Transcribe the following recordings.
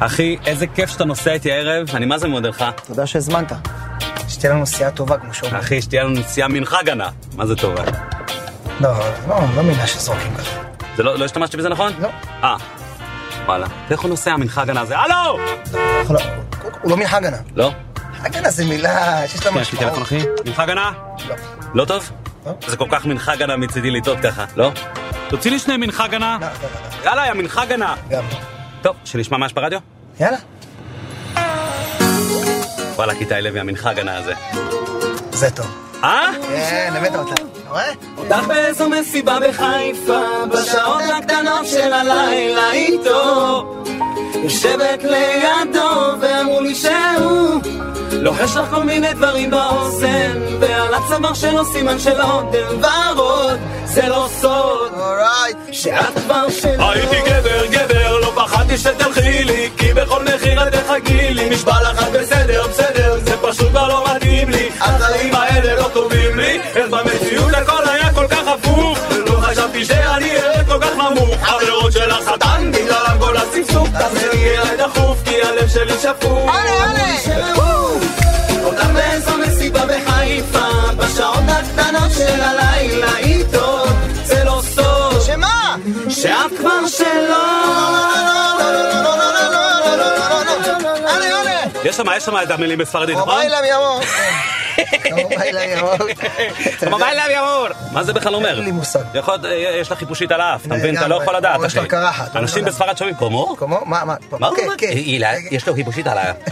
אחי, איזה כיף שאתה נוסע איתי הערב, אני מה זה מודה לך? תודה שהזמנת. שתהיה לנו נסיעה טובה כמו שאומר. אחי, שתהיה לנו נסיעה מנחה גנה. מה זה טובה? לא מילה שזורקים ככה. זה לא השתמשתי בזה נכון? לא. וואלה. איך הוא נוסע מנחה גנה הזה? הלו! הוא לא מנחה גנה. לא? מנחה גנה זה מילה שיש לה כן, יש לי טלפון אחי. מנחה גנה? לא. לא טוב? לא. זה כל כך מנחה גנה מצידי לטעות ככה, לא? תוציא לי שני מנחה גנה. לא. יאללה, יא מנחה גנה. גם. טוב, שנשמע מה יש ברדיו? יאללה. וואלה, איתי לוי, המנחה גנה הזה. זה טוב. כן, הבאת אותה. רואה? אותך באיזו מסיבה בחיפה, בשעות הקטנות של הלילה איתו, יושבת לידו ואמרו לי שהוא לוחש לך כל מיני דברים באוזן, ועל הצמר שלו סימן של אודם ורוד, זה לא סוד שאת כבר שלי. הייתי גבר, לא פחדתי שתלכי לי, כי בכל מחיר את תחכי לי. נשבע לך בסדר, זה פשוט כבר לא מתאים לי. החיים האלה לא טובים לי, איך במציאות הכל היה כל כך הפוך. לא חשבתי שאני ארד כל כך נמוך. חברות של השטן, בגללם כל הספסוק. תחזרי אליי דחוף, כי הלב שלי שפוך. אותך באיזו מסיבה בחיפה, בשעות הקטנות של הלילה איתו, זה לא סוד שמה? שאת כבר שלו. יש שם את המילים בספרדית, נכון? מוביילה מימור. מוביילה מימור. מה זה בכלל אומר? אין לי מושג. יש לה חיפושית על האף, אתה מבין? אתה לא יכול לדעת. יש לה קרחת. אנשים בספרד שומעים, קומו? קומו? מה? יש לו חיפושית על האף.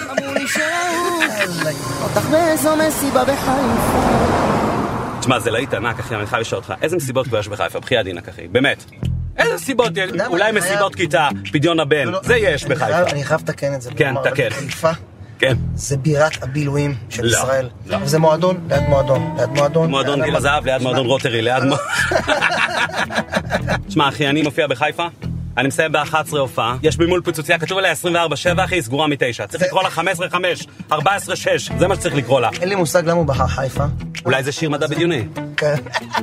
אותך באיזו מסיבה בחיפה. תשמע, זה להיט ענק, אחי, אני חייב לשאול אותך. איזה מסיבות כבר יש בחיפה? בחייאת דינק, אחי, באמת. איזה סיבות? אולי מסיבות כיתה, פדיון הבן, זה יש בחיפה. אני חייב לתקן את זה. כן, תקן. חיפה כן. זה בירת הבילויים של לא, ישראל. לא. וזה מועדון ליד מועדון, ליד מועדון. מועדון גיל הזהב, ליד מועדון רוטרי, ליד תשמע, אחי, אני מופיע בחיפה, אני מסיים ב-11 הופעה, יש בימול פיצוציה, כתוב עליה 24/7, אחי, סגורה מ-9. צריך לקרוא לה 15/5, 14/6, זה מה שצריך לקרוא לה. אין לי מושג למה הוא בחר חיפה. אולי זה שיר מדע בדיוני. כן.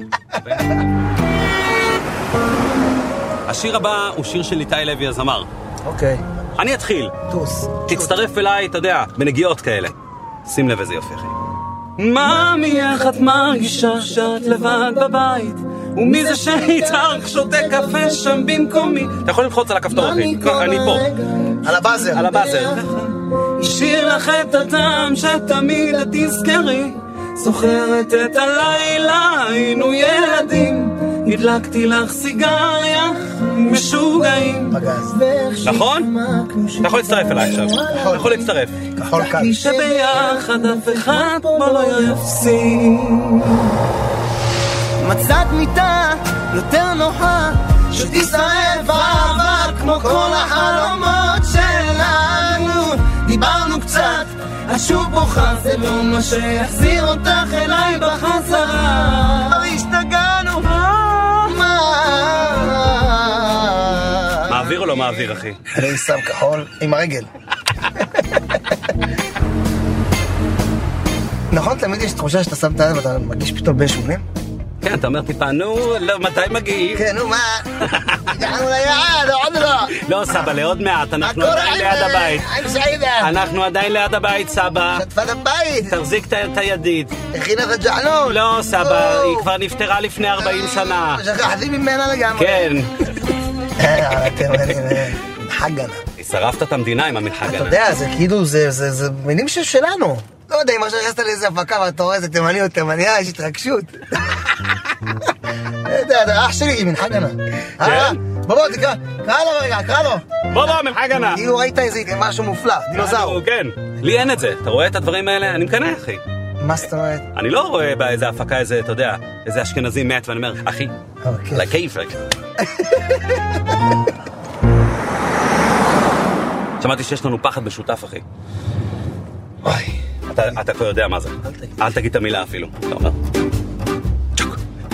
השיר הבא הוא שיר של איתי לוי הזמר. אוקיי. אני אתחיל. טוס. תצטרף אליי, אתה יודע, בנגיעות כאלה. שים לב איזה יופי, אחי. ממי, איך את מרגישה שאת לבד בבית? ומי זה שאיתך שותה קפה שם במקומי? אתה יכול ללחוץ על הכפתור, אחי. אני פה. על הבאזר. על הבאזר. השאיר לך את הטעם שתמיד את תזכרי, זוכרת את הלילה, היינו ילדים, הדלקתי לך סיגריה, משוגעים. פגז. נכון? אתה יכול להצטרף אליי עכשיו. אתה יכול להצטרף. כחול כאן. שביחד אף אחד פה לא יפסיד. מצאת מיטה יותר נוחה שתשרף אהבה כמו כל החלומות שלנו. דיברנו קצת, השוב בוכה, זה לא מה שיחזיר אותך אליי בחזרה. השתגענו. מעביר או לא מעביר, אחי? אני שם כחול עם הרגל. נכון, תמיד יש תחושה שאתה שם את היד ואתה מרגיש פתאום בן 80? כן, אתה אומר טיפה, נו, מתי מגיעים? כן, נו, מה? הגענו ליעד, עוד לא. לא, סבא, לעוד מעט, אנחנו עדיין ליד הבית. עם סעידה. אנחנו עדיין ליד הבית, סבא. שטפת הבית. תחזיק את הידית. הכינה את הג'ענון. לא, סבא, היא כבר נפטרה לפני 40 שנה. שכחתי ממנה לגמרי. כן. אתם חגנה. שרפת את המדינה עם המנחה גנה. אתה יודע, זה כאילו, זה מילים שלנו. לא יודע, אם עכשיו נכנסת לאיזה הפקה ואתה רואה איזה תימני או תימניה, יש התרגשות. אח שלי היא מנחה גנה. בוא, תקרא לו רגע, קרא לו. בוא, מנחה גנה. כאילו ראית איזה משהו מופלא, דינוזאור. כן, לי אין את זה. אתה רואה את הדברים האלה? אני מקנא, אחי. מה זאת אומרת? אני לא רואה באיזה הפקה, איזה, אתה יודע, איזה אשכנזי מת, ואני אומר, אחי, לכיפק. שמעתי שיש לנו פחד משותף, אחי. אתה כבר יודע מה זה. אל תגיד את המילה אפילו. אתה אומר, צ'וק.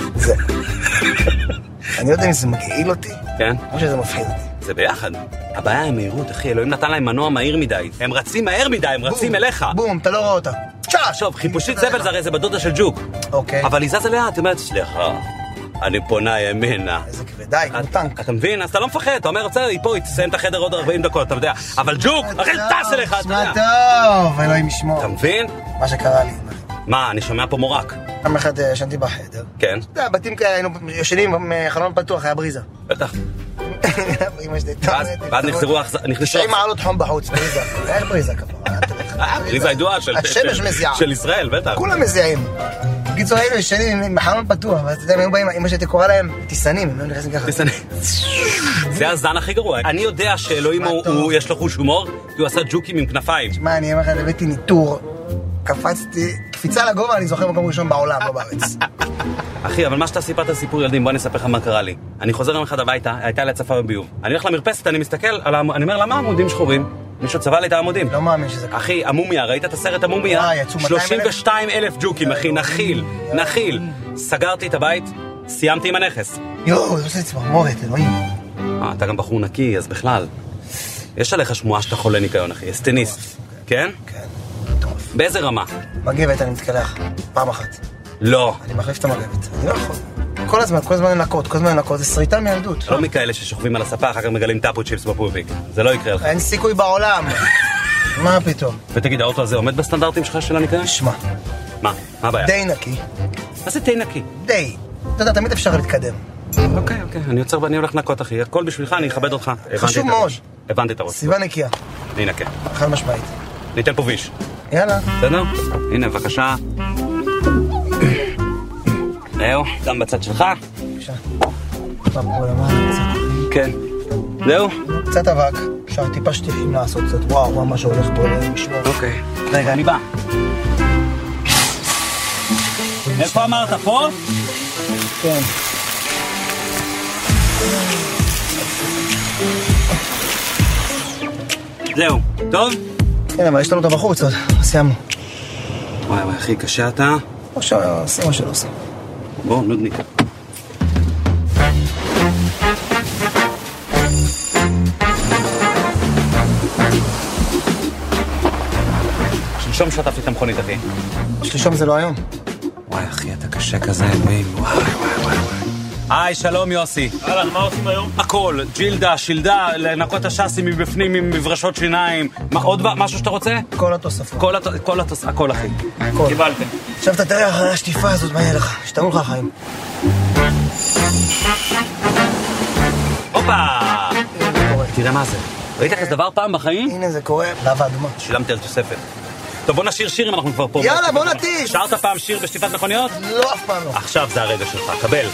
אני יודע אם זה מגעיל אותי, כן? או שזה מפחיד אותי. זה ביחד. הבעיה היא המהירות, אחי. אלוהים נתן להם מנוע מהיר מדי. הם רצים מהר מדי, הם רצים אליך. בום, אתה לא רואה אותה. שוב, חיפושית זבל זה הרי זה בדודה של ג'וק. אוקיי. אבל היא זזה לאט, היא אומרת, סליחה, אני פונה ימינה. איזה כבדה, כמו טנק. אתה מבין? אז אתה לא מפחד, אתה אומר, בסדר, היא פה, היא תסיים את החדר עוד 40 דקות, אתה יודע. אבל ג'וק, אחי, טס אליך, אתה יודע. טוב, אלוהים ישמור. אתה מבין? מה שקרה לי. מה, אני שומע פה מורק. פעם אחד ישנתי בחדר. כן. אתה יודע, בתים כאלה, היינו ישנים חלון פתוח, היה בריזה. בטח. אמא שלי, ואז נחזרו... 90 מעלות חום בחוץ, בריזה. איך בריזה כפרה? בריזה ידועה השמש מזיעה. של ישראל, בטח. כולם מזיעים. בקיצור, היינו ישנים עם חלון פתוח, ואתה יודע, הם היו באים, אמא שלי קורא להם טיסנים, הם היו נכנסים ככה. טיסנים. זה הזן הכי גרוע. אני יודע שאלוהים יש לו חוש הומור, כי הוא עשה ג'וקים עם כנפיים. שמע, אני אומר לך, הבאתי ניטור, קפצתי, קפיצה לגובה, אני זוכר מקום ראשון בעולם, לא בארץ. אחי, אבל מה שאתה סיפרת סיפור ילדים, בוא אני אספר לך מה קרה לי. אני חוזר יום אחד הביתה, הייתה לי הצפה בביוב. אני הולך למרפסת, אני מסתכל, אני אומר, למה עמודים שחורים? מישהו צבע לי את העמודים. לא מאמין שזה ככה. אחי, המומיה, ראית את הסרט המומיה? 32,000 ג'וקים, אחי, נחיל. סגרתי את הבית, סיימתי עם הנכס. יואו, זה עושה לי צמרמורת, אלוהים. אתה גם בחור נקי, אז בכלל. יש עליך שמועה שאתה חולה ניקיון, אחי, אסטניסט. כן? כן, טוב. באיזה רמה? מגבת, אני מתקלח. פעם אחת. לא. אני מחליף את המגבת. אני לא יכול. כל הזמן לנקות, זה שריטה מילדות. לא מכאלה ששוכבים על הספה, אחר כך מגלים טאפו צ'יפס בפוביק. זה לא יקרה לך. אין סיכוי בעולם. מה פתאום? ותגיד, האוטו הזה עומד בסטנדרטים שלך של הניקיון? שמע. מה הבעיה? די נקי. מה זה די נקי? די. אתה יודע, תמיד אפשר להתקדם. אוקיי, אני עוצר ואני הולך לנקות, אחי. הכל בשבילך, אני אכבד אותך. חשוב מאוד. הבנתי את הראש. סביבה נקייה. אני נקה. חד משמעית. ניתן פה ויש. יאללה. בסדר? הנה, בבקשה. זהו, גם בצד שלך. בבקשה. כן. זהו? קצת אבק. אפשר טיפה שטיחים לעשות קצת. וואו, מה שהולך פה לשמור. אוקיי. רגע, אני בא. איפה אמרת? פה? כן. זהו. טוב? כן, אבל יש לנו אותו בחוץ עוד. סיימנו. וואי, אחי, קשה אתה? עכשיו, עושה מה שלא עושה. בוא, נודניק. שלשום שטפתי את המכונית, אחי. שלשום זה לא היום. וואי, אחי, אתה קשה כזה, אלוהים. וואי. היי, שלום יוסי. אהלן, מה עושים היום? הכל, ג'ילדה, שילדה, לנקות את השאסים מבפנים עם מברשות שיניים. עוד משהו שאתה רוצה? כל התוספות. כל התוספות, הכל, אחי. הכל. קיבלתם. עכשיו אתה תראה אחרי השטיפה הזאת, מה יהיה לך? שתמו לך החיים. הופה! תראה מה זה. ראית כזה דבר פעם בחיים? הנה זה קורה. למה אדומה? שילמתי על תוספת. טוב, בוא נשיר שיר אם אנחנו כבר פה. יאללה, בוא נטיף! שרת פעם שיר בשטיפת מכוניות? לא, אף פעם לא. עכשיו זה הרגע שלך, קבל.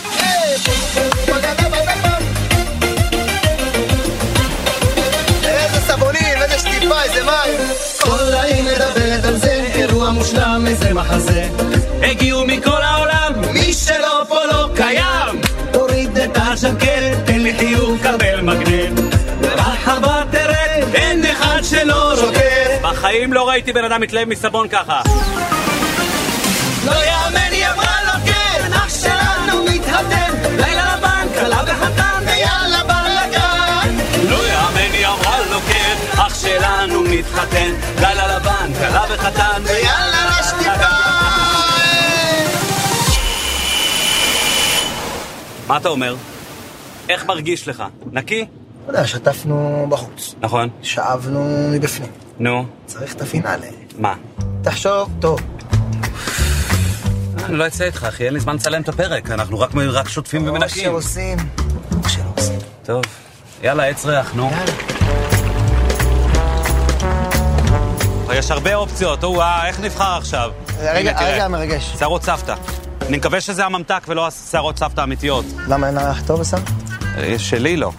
איזה סבונים, איזה שטיפה, איזה מים. כל העיר מדברת על זה, אירוע מושלם, איזה מחזה. הגיעו מכל העולם, מי שלא פה לא קיים. תוריד את הז'קט, תן לי חיוך, קבל מגנט. ברחבה תרד, אין אחד שלא רוקד. בחיים לא ראיתי בן אדם מתלהב מסבון ככה. לא יאמן, היא אמרה לו כן, אח שלנו מתחתן. לילה לבן, קלה וחתן, ויאללה בלגן. לא יאמן, היא אמרה לו כן, אח שלנו מתחתן. לילה לבן, קלה וחתן, ויאללה לשטיפה. מה אתה אומר? איך מרגיש לך? נקי? אתה יודע, שטפנו בחוץ. נכון. שאבנו מבפנים. נו. צריך את הפינאלה. מה? תחשוב טוב. אני לא אצא איתך, אחי, אין לי זמן לצלם את הפרק. אנחנו רק שוטפים מה ומנקים. שעושים. מה שלא עושים. טוב. יאללה, עץ ריח, נו. יש הרבה אופציות. איך נבחר עכשיו? רגע מרגש. שערות סבתא. אני מקווה שזה הממתק ולא שערות סבתא אמיתיות. למה אין ריח טוב בסם? שלי לא.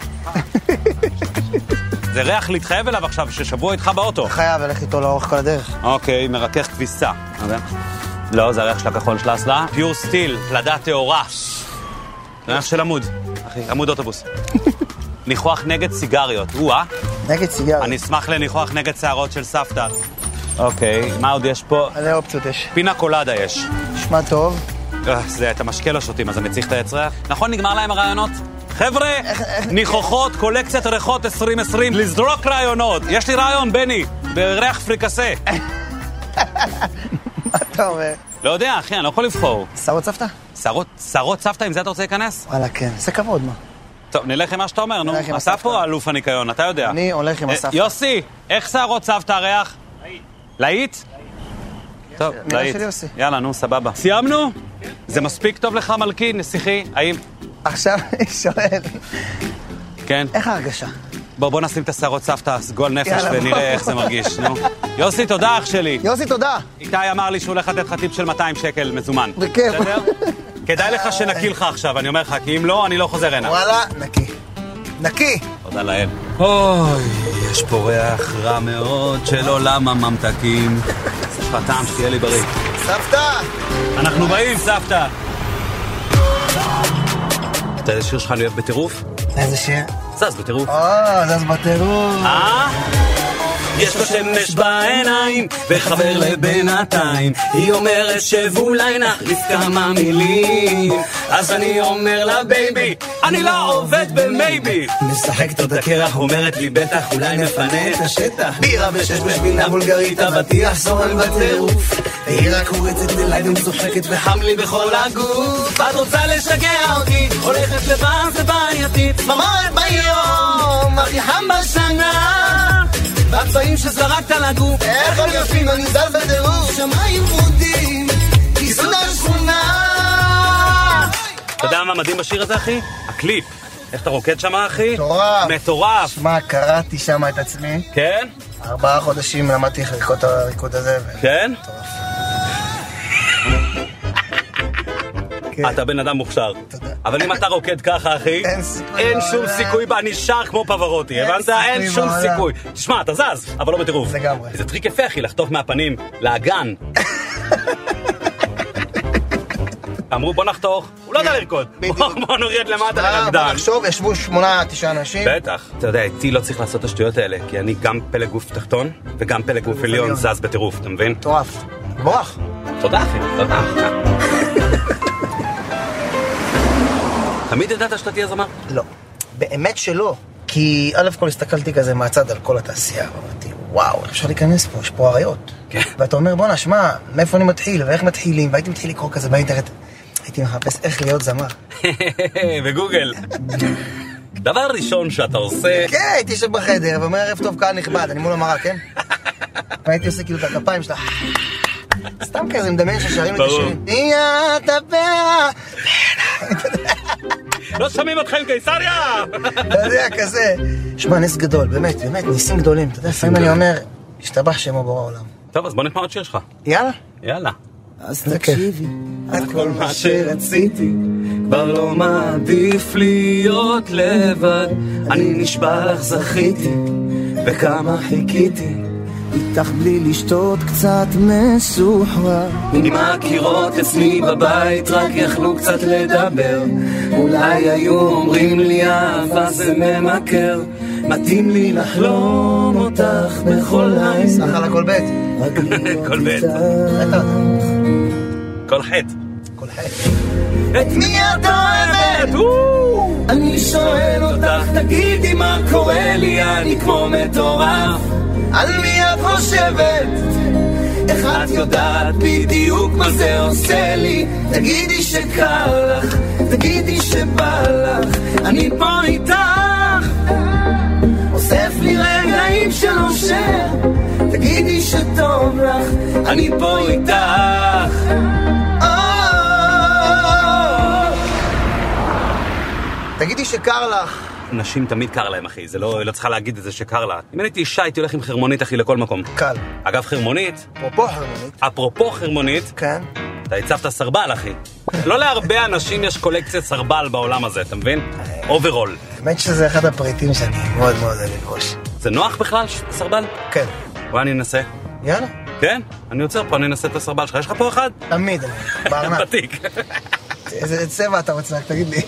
זה ריח להתחייב אליו עכשיו, ששבוע איתך באוטו. חייב, אלך איתו לאורך כל הדרך. אוקיי, מרכך כביסה. לא, זה הריח של הכחול של האסלה. פיור סטיל, פלדה טהורה. ריח של עמוד. אחי, עמוד אוטובוס. ניחוח נגד סיגריות. נגד סיגריות. אני אשמח לניחוח נגד שערות של סבתא. אוקיי, מה עוד יש פה? מלא אופציות יש. פינה קולדה יש. נשמע טוב. זה, אתה משקה לא שותים, אז אני צריך את העץ ריח. נכון, נגמר להם הרעיונות? חבר'ה, ניחוחות, קולקציית ריחות 2020, לזרוק רעיונות. יש לי רעיון, בני, בריח פריקסה. מה אתה אומר? לא יודע, אחי, אני לא יכול לבחור. שערות סבתא? שערות סבתא, עם זה אתה רוצה להיכנס? וואלה, כן. זה כבוד, מה? טוב, נלך עם מה שאתה אומר, נו. אתה פה אלוף הניקיון, אתה יודע. אני הולך עם הסבתא. יוסי, איך שערות סבתא הריח? להיט? טוב, להיט. יאללה, נו, סבבה. סיימנו? זה מספיק טוב לך, מלכי, נסיכי? האם? עכשיו אני שואל. כן. איך ההרגשה? בוא נשים את השערות סבתא, סגול נפש, ונראה איך זה מרגיש, נו. יוסי, תודה, אח שלי. יוסי, תודה. איתי אמר לי שהוא הולך לתת לך טיפ של 200 שקל מזומן. בכיף. כדאי לך שנקי לך עכשיו, אני אומר לך, כי אם לא, אני לא חוזר הנה. וואלה, נקי. נקי. תודה לאל. אוי, יש פה ריח רע מאוד של עולם הממתקים. ספתם, שתהיה לי בריא. סבתא! אנחנו באים, סבתא. אתה יודע שיר שלך אני אוהב בטירוף? איזה שיר? זז בטירוף. זז בטירוף. יש לו שמש בעיניים וחבר לבינתיים, היא אומרת שאולי נחליף כמה מילים, אז אני אומר לה בייבי, אני לא עובד במייבי, משחקת אותה קרח, אומרת לי בטח אולי נפנה את השטח, בירה בשש בשבינה בולגרית, הבטיח זורם בטירוף, והיא רק קורצת אליי ומשוחקת וחם לי בכל הגוף, את רוצה לשגע אותי, הולכת לבן זה בעייתית, ממש ביום, הכי חם בשנה, והצבעים שזרקת לגוף, איך הם יפים, אני זל בטירוף, שמיים רודים, כיסוד השכונה. אתה יודע מה מדהים בשיר הזה, אחי? הקליפ. איך אתה רוקד שם, אחי? מטורף. שמע, קראתי שם את עצמי. כן? 4 חודשים למדתי חריקות הריקוד הזה. כן? אתה בן אדם מוכשר. אבל אם אתה רוקד ככה, אחי, אין שום סיכוי, אני שר כמו פברוטי, הבנת? אין שום סיכוי. תשמע, אתה זז, אבל לא בטירוף. זה טריק יפה, אחי, לחטוף מהפנים לאגן. אמרו, בוא נחתוך. הוא לא יודע לרקוד. בוא נוריד למטה לרקדן. בוא נחשוב, ישבו 8-9 אנשים. בטח. אתה יודע, איתי לא צריך לעשות את השטויות האלה, כי אני גם פלג גוף תחתון, וגם פלג גוף עליון זז בטירוף, אתה מבין? מטורף. בורח. תודה, אחי. תודה. תמיד ידעת שאתה תהיה זמר? לא. באמת שלא. כי א' כל הסתכלתי כזה מהצד על כל התעשייה, ואמרתי, וואו, איך אפשר להיכנס פה? יש פה עריות. כן. ואתה אומר, בוא נשמע, מאיפה אני מתחיל, ואיך מתחילים, והייתי מתחיל לקרוא כזה באינטרנט. הייתי מחפש איך להיות זמר. בגוגל. דבר ראשון שאתה עושה... כן, הייתי יושב בחדר, ואומר, ערב טוב, קהל נכבד, אני מול המראה, כן? והייתי עושה כאילו את הכפיים שלה. סתם כזה, מדמיין ששרים את השירים. הנה, תפרה. לא שומעים אתכם קיסריה! אתה יודע, כזה. שמע, נס גדול, באמת, ניסים גדולים. אתה יודע, לפעמים אני אומר, השתבח שמו בורא העולם. טוב, אז בוא נשמע עוד שיר שלך. יאללה. יאללה. אז תקשיבי, את כל מה שרציתי, כבר לא מעדיף להיות לבד. אני נשבע לך זכיתי, וכמה חיכיתי, איתך בלי לשתות קצת מסוחרר. עם הקירות אצלי בבית רק יכלו קצת לדבר, אולי היו אומרים לי אהבה זה ממכר, מתאים לי לחלום אותך בכל לילה. סך על הכל בית. כל בית. כל חטא. כל חטא. את מי את אוהבת? אני שואל אותך, תגידי מה קורה לי, אני כמו מטורף. על מי את חושבת? איך את יודעת בדיוק מה זה עושה לי? תגידי שקר לך, תגידי שבא לך, אני פה איתך. אוסף לי רגעים של אושר, תגידי שטוב לך, אני פה איתך. תגידי שקר לך. נשים תמיד קר להם, אחי, זה לא צריכה להגיד את זה שקר לה. אם הייתי אישה, הייתי הולך עם חרמונית, אחי, לכל מקום. קל. אגב, חרמונית... אפרופו חרמונית. כן. אתה הצבת סרבל, אחי. לא להרבה אנשים יש קולקציית סרבל בעולם הזה, אתה מבין? אוברול. האמת שזה אחד הפריטים שאני מאוד מאוד אוהב ללבוש. זה נוח בכלל, סרבל? כן. בוא אני אנסה. יאללה. כן? אני יוצר פה, אני אנסה את הסרבל שלך. יש לך פה אחד? תמיד, בארנק. בתיק. איזה צבע אתה רוצה, תגיד לי.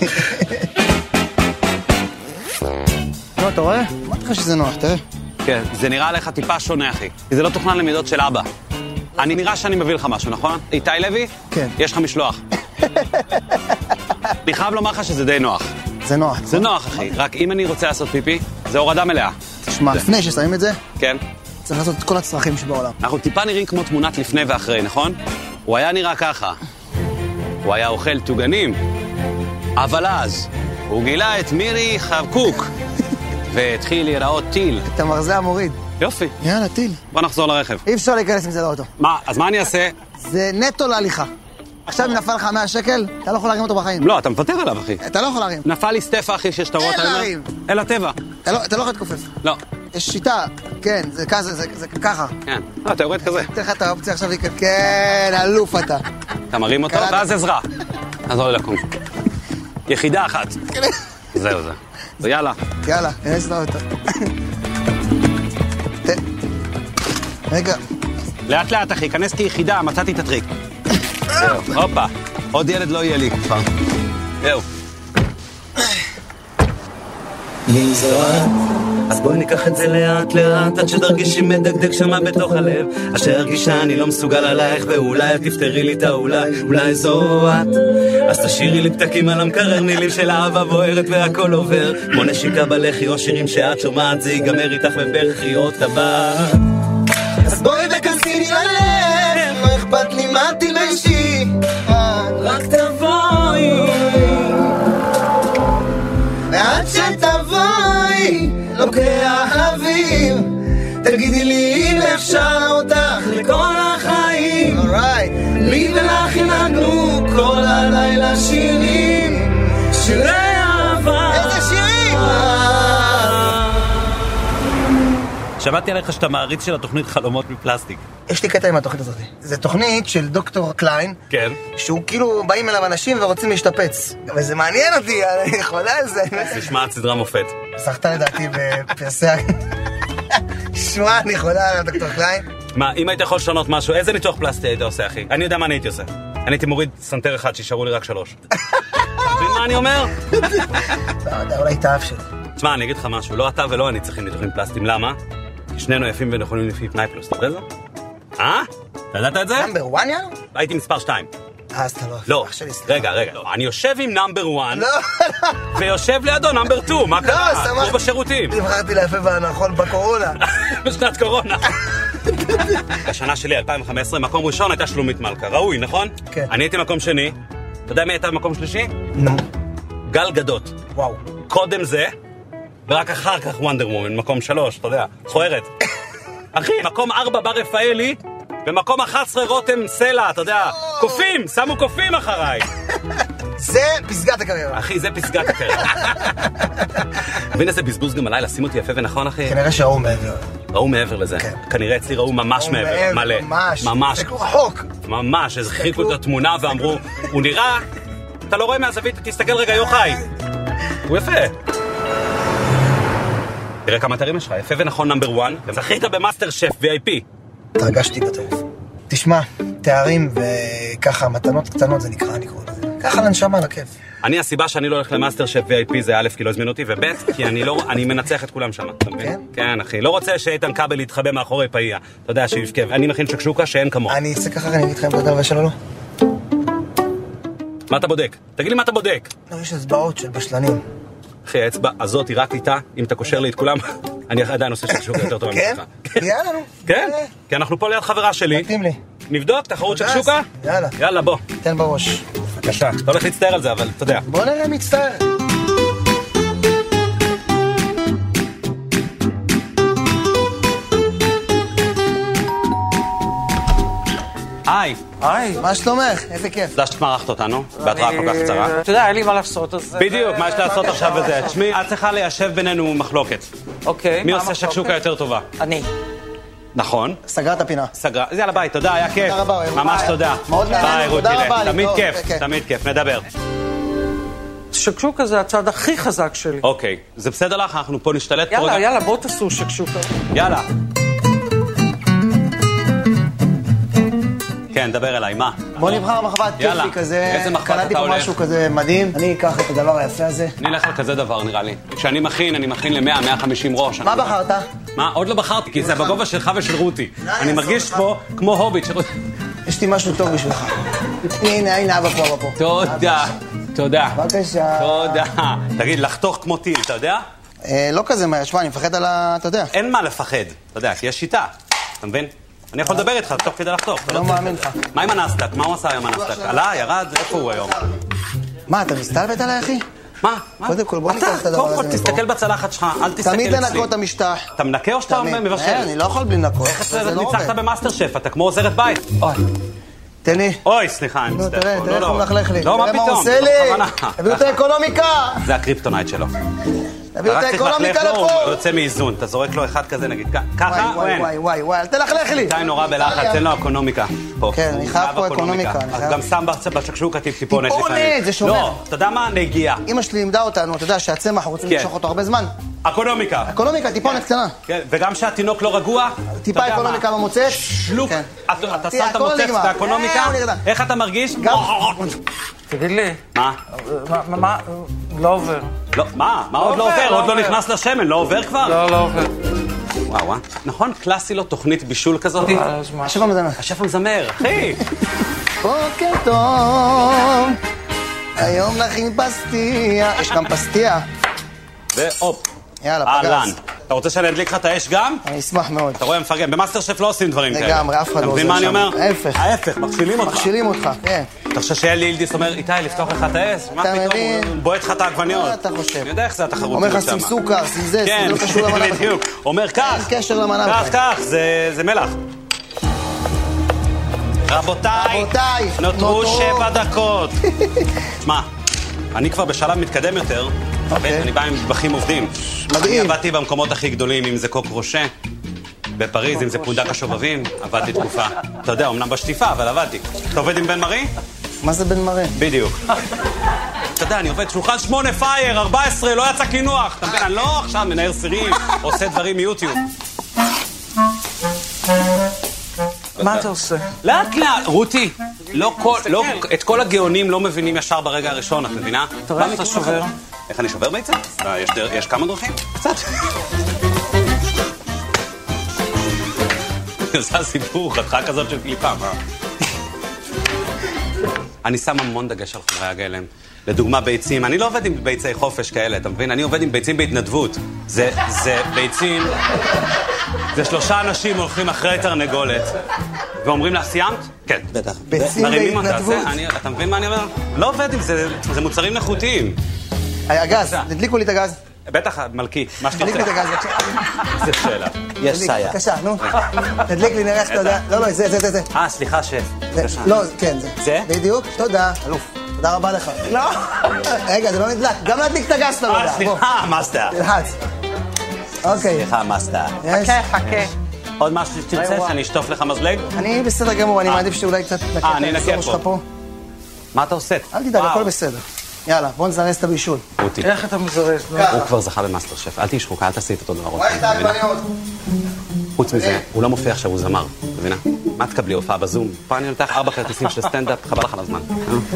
לא, אתה רואה? אמרתי לך שזה נוח, תראה. כן, זה נראה לך טיפה שונה, אחי. כי זה לא תוכנן למידות של אבא. אני נראה שאני מביא לך משהו, נכון? איתי לוי? כן. יש לך משלוח. אני חייב לומר לך שזה די נוח. זה נוח. זה נוח, אחי. רק אם אני רוצה לעשות פיפי, זה הורדה מלאה. תשמע, לפני ששמים את זה, כן. צריך לעשות את כל הצרכים שבעולם. אנחנו טיפה נראים כמו תמונת לפני ואחרי, נכון? הוא היה נראה ככה. הוא היה אוכל טוגנים. אבל אז הוא גילה את מירי חבקוק, והתחיל להיראות טיל. אתה מרזה המוריד. יופי. יאללה, טיל. בוא נחזור לרכב. אי אפשר להיכנס עם זה לאוטו. מה? אז מה אני אעשה? זה נטו להליכה. עכשיו אם נפל לך 100 שקל, אתה לא יכול להרים אותו בחיים. לא, אתה מוותר עליו, אחי. אתה לא יכול להרים. נפל לי סטף, אחי, ששטרות אין להרים. אל הטבע. אתה לא יכול להתכופף. לא. יש שיטה, כן, זה כזה, זה ככה. כן. אתה יורד כזה. תן לך את האופציה עכשיו להיכנס. כן, אלוף אתה. אתה מרים אותו, ואז עזרה. אז לא לקום. יחידה אחת. זהו זה. יאללה. יאללה, נראה לאוטו. רגע. לאט לאט, אחי, כנס כיחידה, מצאתי את הטריק. זהו, הופה. עוד ילד לא יהיה לי כבר. זהו. אם זה את, אז בואי ניקח את זה לאט לאט, עד שתרגישי מדגדג שמה בתוך הלב, אשר הרגישה אני לא מסוגל עלייך, ואולי את תפתרי לי את האולי, אולי זו את. אז תשאירי לי פתקים על המקרר, מילים של אהבה בוערת והכל עובר, כמו נשיקה בלחי או שירים שאת שומעת, זה ייגמר איתך בבכי או טבעת. אז בואי וכנסי לי ללב, לא אכפת לי מה תלבשי, רק תבואי, ועד שתבואי לא כאהבים, תגידי לי אם אפשר אותך לכל החיים. לי ולך ינגנו כל הלילה שירים, שירי אהבה. איזה שירים? שמעתי עליך שאתה מעריץ של התוכנית חלומות מפלסטיק. יש לי קטע עם התוכנית הזאת. זו תוכנית של דוקטור קליין. כן. שהוא כאילו באים אליו אנשים ורוצים להשתפץ. וזה מעניין אותי, אני חולה על זה. נשמע סדרה מופת. שחת לדעתי בפרסי... שמע, אני חולה על דוקטור קליין. מה, אם היית יכול לשנות משהו, איזה ניתוח פלסטי היית עושה, אחי? אני יודע מה אני הייתי עושה. אני הייתי מוריד סנטר אחד שישארו לי רק 3. מבין מה אני אומר? לא יודע, אולי את האף שלי. תשמע, אני אגיד לך משהו, לא אתה ולא אני צריכים ניתוחים פלסטיים. למה? כי שנינו יפים ונכונים לפי פנאי פלוס. אתה יודע זה? אתה ידעת את זה? נאמבר 1 יאללה? הייתי מספר 2. אז אתה לא... לא, רגע, אני יושב עם נאמבר 1 לא, ויושב לידו נאמבר 2, מה קרה? כמו בשירותים. נבחרתי ליפה והנכון בקורונה. בשנת קורונה. השנה שלי, 2015, מקום ראשון הייתה שלומית מלכה. ראוי, נכון? כן. אני הייתי מקום שני. אתה יודע מי הייתה במקום שלישי? גל גדות. וואו. קודם זה, ורק אחר כך וונדר וומן, מקום 3, אתה יודע, חוערת. אחי, מקום 4 בר רפאלי, ומקום 11 רותם סלע, אתה יודע, קופים, שמו קופים אחריי. זה פסגת הקריירה. אחי, זה פסגת הקריירה. מבין איזה בזבוז גם עליי, לשים אותי יפה ונכון, אחי? כנראה שראו מעבר. ראו מעבר לזה. כנראה אצלי ראו ממש מעבר. מלא. ממש. זה רחוק. ממש, הזחיקו את התמונה ואמרו, הוא נראה, אתה לא רואה מהזווית, תסתכל רגע, יוחאי. הוא יפה. תראה כמה תארים יש לך, יפה ונכון נאמבר 1, זכית במאסטר שף VIP. תרגשתי בטירוף. תשמע, תארים וככה, מתנות קטנות זה נקרא, אני קורא לזה. ככה לנשמה על הכיף. אני, הסיבה שאני לא הולך למאסטר שף VIP זה א', כי לא הזמינו אותי, וב', כי אני מנצח את כולם שם, אתה מבין? כן, אחי. לא רוצה שאיתן כבל יתחבא מאחורי פאיה. אתה יודע, שיבקב. אני מכין שקשוקה שאין כמוה. אני אצא ככה, אני אגיד לך אם אתה לבשל או לא. מה אתה בודק? תגיד לי מה אתה בודק. לא, יש אצבעות של בשלנים. אחי, האצבע הזאת היא רק איתה, אם אתה קושר לי את כולם, אני עדיין עושה שקשוקה יותר טובה ממך. כן? יאללה, נו. כן? כי אנחנו פה ליד חברה שלי. מתאים לי. נבדוק, תחרות שקשוקה? יאללה. יאללה, בוא. תן בראש. בבקשה. אתה הולך להצטער על זה, אבל אתה יודע. בוא נראה מצטער. היי. היי. מה שלומך? איזה כיף. תודה שאת מערכת אותנו, בהתראה כל כך קצרה. אתה יודע, אין לי מה לעשות, אז... בדיוק, מה יש לעשות עכשיו בזה? תשמעי, את צריכה ליישב בינינו מחלוקת. אוקיי. מי עושה שקשוקה יותר טובה? אני. נכון. סגרת הפינה. סגרה. יאללה ביי, תודה, היה כיף. תודה רבה. ממש תודה. מאוד נהנה. ביי, רותי. תודה רבה. תמיד כיף, תמיד כיף, נדבר. שקשוקה זה הצד הכי חזק שלי. אוקיי, זה בסדר לך? אנחנו פה נשתלט פה. יאללה, יאללה, בואו תעשו שקשוקה. יאללה. כן, דבר אליי, מה? בוא נבחר מחבת כיפי כזה. איזה מחבת אתה קלטתי פה הולך? משהו כזה מדהים. אני אקח את הדבר היפה הזה. אני אלך על כזה דבר, נראה לי. כשאני מכין, אני מכין ל-100-150 ראש. מה בחרת? מה? עוד לא בחרתי, כי זה בגובה שלך ושל רותי. אני מרגיש פה כמו הוביט. יש לי משהו טוב בשבילך. הנה, אבא פה. תודה, תודה. בבקשה. תודה. תגיד, לחתוך כמו טיל, אתה יודע? לא כזה מהר, שמע, אני מפחד על ה... אתה יודע. אין מה לפחד, אתה יודע, כי יש שיטה. אתה מבין? אני יכול לדבר איתך, תוך כדי לחתוך. לא מאמין לך. מה עם הנסדק? מה הוא עשה היום הנסדק? עלה, ירד? איפה הוא היום? מה, אתה מסתלבט עליי, אחי? מה? קודם כל, בוא ניקח את הדבר הזה קודם כל, תסתכל בצלחת שלך, אל תסתכל אצלי. תמיד לנקות את המשטח. אתה מנקה או שאתה מבשל? אני לא יכול בלי לנקות. איך ניצחת במאסטר שף? אתה כמו עוזרת בית. אוי. תן לי. אוי, סליחה, אני מצטער. תראה איך הוא מלכלך לי. לא, מה תראה מה פתאום? עושה לי. תביאו את האקונומיקה. זה הקריפטונייט שלו. תביאו את האקונומיקה לפה. הוא יוצא מאיזון, אתה זורק לו אחד כזה נגיד ככה או אין? וואי, אל תלכלך לי. איתי נורא בלחץ, תן לו אקונומיקה. כן, אני חייב פה אקונומיקה. אז גם שם בשקשוקה טיפונת לפעמים. טיפונת, זה שומר. לא, אתה יודע מה? נגיעה. אמא שלי לימדה אותנו, אתה יודע שהצמח רוצים למשוך אותו הרבה זמן. אקונומיקה. אקונומיקה, טיפונת קטנה. כן, וגם שהתינוק לא רגוע. טיפה אקונומיקה במוצץ. שלוק. אתה שם את המוצץ באקונומיקה, איך אתה מרגיש? תגיד לי. מה? לא עובר. מה עוד לא עובר? עוד לא נכנס לשמן, לא עובר כבר? לא עובר. וואו, נכון? קלאסי לו תוכנית בישול כזאת? השף המזמר. השף המזמר, אחי. בוקר טוב, היום נכין פסטיה. יש גם פסטיה. והופ. יאללה, פגז. אתה רוצה שאני אדליק לך את האש גם? אני אשמח מאוד. אתה רואה מפרגן, במאסטר שף לא עושים דברים כאלה. לגמרי, אף אחד לא אתה מבין מה אני אומר? ההפך, מכשילים אותך. מכשילים אותך, כן. אתה חושב שאלי ילדיס אומר, איתי, לפתוח לך את האש? מה פתאום? הוא בועט לך את העגבניות. מה אתה חושב? אני יודע איך זה התחרות. אומר לך שים סוכר, שים זה, כן, לא קשור למנה. בדיוק. אומר כך. אין קשר למנה. כך, זה מלח. רבותיי, נותרו 7 דקות. שמע, אני כבר בשלב מתקדם יותר. אני בא עם מטבחים עובדים. אני עבדתי במקומות הכי גדולים, אם זה קוק רושה, בפריז, אם זה פונדק השובבים, עבדתי תקופה. אתה יודע, אמנם בשטיפה, אבל עבדתי. אתה עובד עם בן מרי? מה זה בן מרי? בדיוק. אתה יודע, אני עובד שולחן 8 פייר, 14, לא יצא כינוח. אתה מבין, אני לא עכשיו מנהר סירים, עושה דברים מיוטיוב. מה אתה עושה? לאט, רותי, את כל הגאונים לא מבינים ישר ברגע הראשון, את מבינה? תראה לי אתה שובר. איך אני שובר ביצה? יש כמה דרכים? קצת. זה הסיפור, חתכה כזאת של קליפה, מה? אני שם המון דגש על חומרי הגלם. לדוגמה, ביצים. אני לא עובד עם ביצי חופש כאלה, אתה מבין? אני עובד עם ביצים בהתנדבות. זה ביצים... זה 3 אנשים הולכים אחרי תרנגולת, ואומרים לה, סיימת? כן. בטח. ביצים בהתנדבות. אתה מבין מה אני אומר? לא עובד עם זה, זה מוצרים נחותיים. הגז, תדליקו לי את הגז. בטח, מלכי, מה שתרצה. תדליק לי את הגז, בבקשה. זה שאלה. יש סייע. בבקשה, נו. תדליק לי, נראה איך אתה יודע. לא, זה. סליחה, שף. לא, כן, זה. זה? בדיוק, תודה. אלוף. תודה רבה לך. לא. רגע, זה לא נדלק. גם להדליק את הגז אתה לא יודע. סליחה, מסטה. תלחץ. אוקיי. סליחה, מסטה. חכה. עוד משהו שתרצה, שאני אשטוף לך מזלג? אני בסדר גמור, אני מעדיף שאולי קצת נקה אני נקה פה. מה אתה עושה? אל תדאג, הכל בסדר. יאללה, בוא נזרז את הבישול. איך אתה מזרז? הוא כבר זכה במאסטר שף, אל תשחוק, אל תעשי את אותו דבר. חוץ מזה, הוא לא מופיע עכשיו, הוא זמר, מבינה? מה תקבלי הופעה בזום? פה אני נותן 4 כרטיסים של סטנדאפ, חבל לך על הזמן.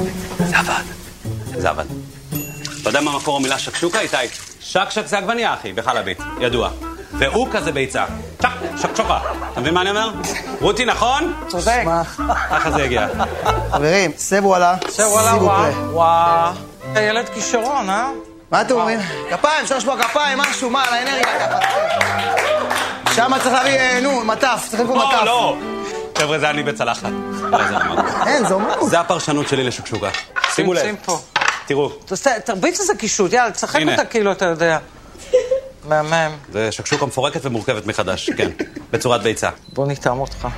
זה עבד. אתה יודע מה מקור המילה שקשוקה, איתי? שקשק זה עגבניה, אחי, בחלבית, ידוע. והוא כזה ביצה. שקשוקה. אתה מבין מה אני אומר? רותי, נכון? צודק. ככה זה הגיע. חברים, סבו עלה. וואו. ילד כישרון, אה? מה אתם אומרים? כפיים, אפשר לשמוע כפיים, משהו, מה, על האנרגיה. שם צריך להביא, מטף, צריך לבוא מטף. לא. חבר'ה, זה אני בצלחת. אין, זה אומנות. זה הפרשנות שלי לשקשוקה. שימו לב. תראו. תרביץ איזה קישוט, יאללה, תשחק אותה כאילו אתה יודע. מהמם. זה שקשוקה מפורקת ומורכבת מחדש, כן. בצורת ביצה. בוא נטעם אותך.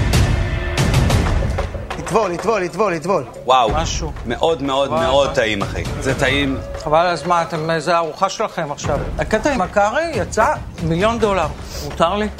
לטבול. וואו. משהו. מאוד מאוד מאוד טעים, אחי. זה טעים. חבל אז מה, זה הארוחה שלכם עכשיו. הקטע עם הקארי יצא $1,000,000. מותר לי?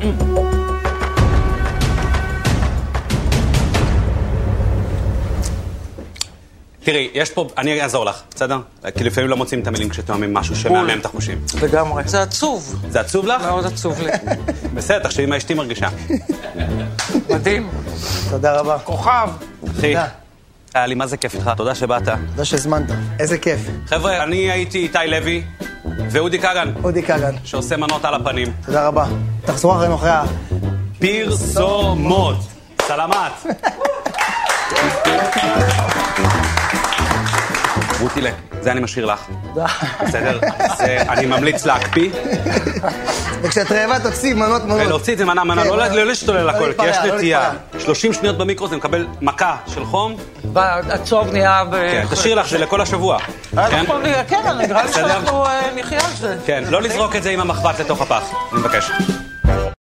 תראי, יש פה, אני אעזור לך, בסדר? כי לפעמים לא מוצאים את המילים כשתואמים משהו שמאמם את החושים. לגמרי. זה עצוב. זה עצוב לך? מאוד עצוב לי. בסדר, תחשבי מה אשתי מרגישה. מדהים. תודה רבה. כוכב. אחי, היה לי מה זה כיף איתך, תודה שבאת. תודה שהזמנת, איזה כיף. חבר'ה, אני הייתי איתי לוי ואודי קגן. שעושה מנות על הפנים. תודה רבה. תחזרו אחרינו אחרי פרסומות. סלמת. רותי, זה אני משאיר לך. תודה. בסדר? אני ממליץ להקפיא. וכשאת רעבה תוציא מנות. להוציא את זה מנה, לא להשתולל הכל, כי יש נטייה. 30 שניות במיקרו, זה מקבל מכה של חום. והצוב נהיה כן, תשאיר לך, זה לכל השבוע. כן, נראה לי שאנחנו נחיה על זה. כן, לא לזרוק את זה עם המחבת לתוך הפח, אני מבקש.